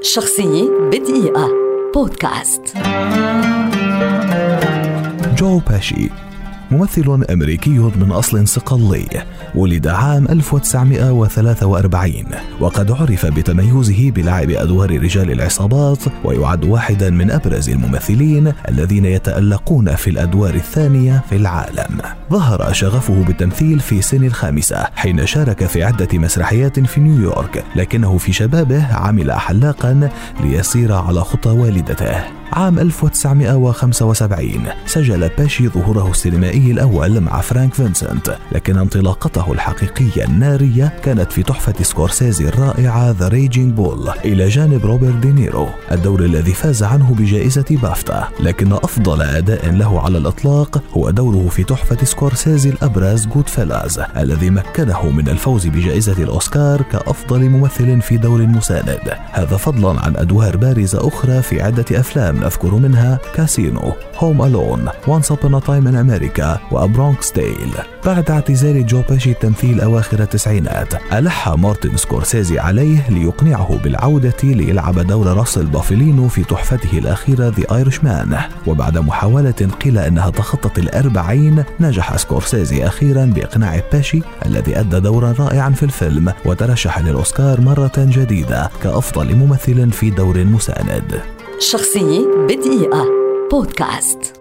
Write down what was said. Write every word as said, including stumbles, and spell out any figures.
شخصية بدقيقة بودكاست. جو باشي ممثل أمريكي من أصل صقلي، ولد عام ألف وتسعمائة وثلاثة وأربعين، وقد عرف بتميزه بلعب أدوار رجال العصابات، ويعد واحدا من أبرز الممثلين الذين يتألقون في الأدوار الثانية في العالم. ظهر شغفه بالتمثيل في سن الخامسة حين شارك في عدة مسرحيات في نيويورك، لكنه في شبابه عمل حلاقا ليسير على خطى والدته. عام ألف وتسعمائة وخمسة وسبعين سجل باشي ظهوره السينمائي الأول مع فرانك فينسنت، لكن انطلاقته الحقيقية النارية كانت في تحفة سكورسيزي الرائعة ذا ريجينج بول إلى جانب روبرت دينيرو، الدور الذي فاز عنه بجائزة بافتا. لكن أفضل أداء له على الإطلاق هو دوره في تحفة سكورسيزي الأبرز جود فيلاز، الذي مكنه من الفوز بجائزة الأوسكار كأفضل ممثل في دور مساند، هذا فضلا عن أدوار بارزة أخرى في عدة أفلام نذكر منها كاسينو، هوم ألون، وانس أبون أ تايم إن أمريكا، وبرونكس تيل. بعد اعتزال جو باشي التمثيل أواخر التسعينات، ألح مارتن سكورسيزي عليه ليقنعه بالعودة ليلعب دور راسل بافلينو في تحفته الأخيرة ذا ايرش مان، وبعد محاولة قيل أنها تخطت الأربعين، نجح سكورسيزي أخيرا بإقناع باشي الذي أدى دورا رائعا في الفيلم، وترشح للأوسكار مرة جديدة كأفضل ممثل في دور مساند. شخصية بدقيقة بودكاست.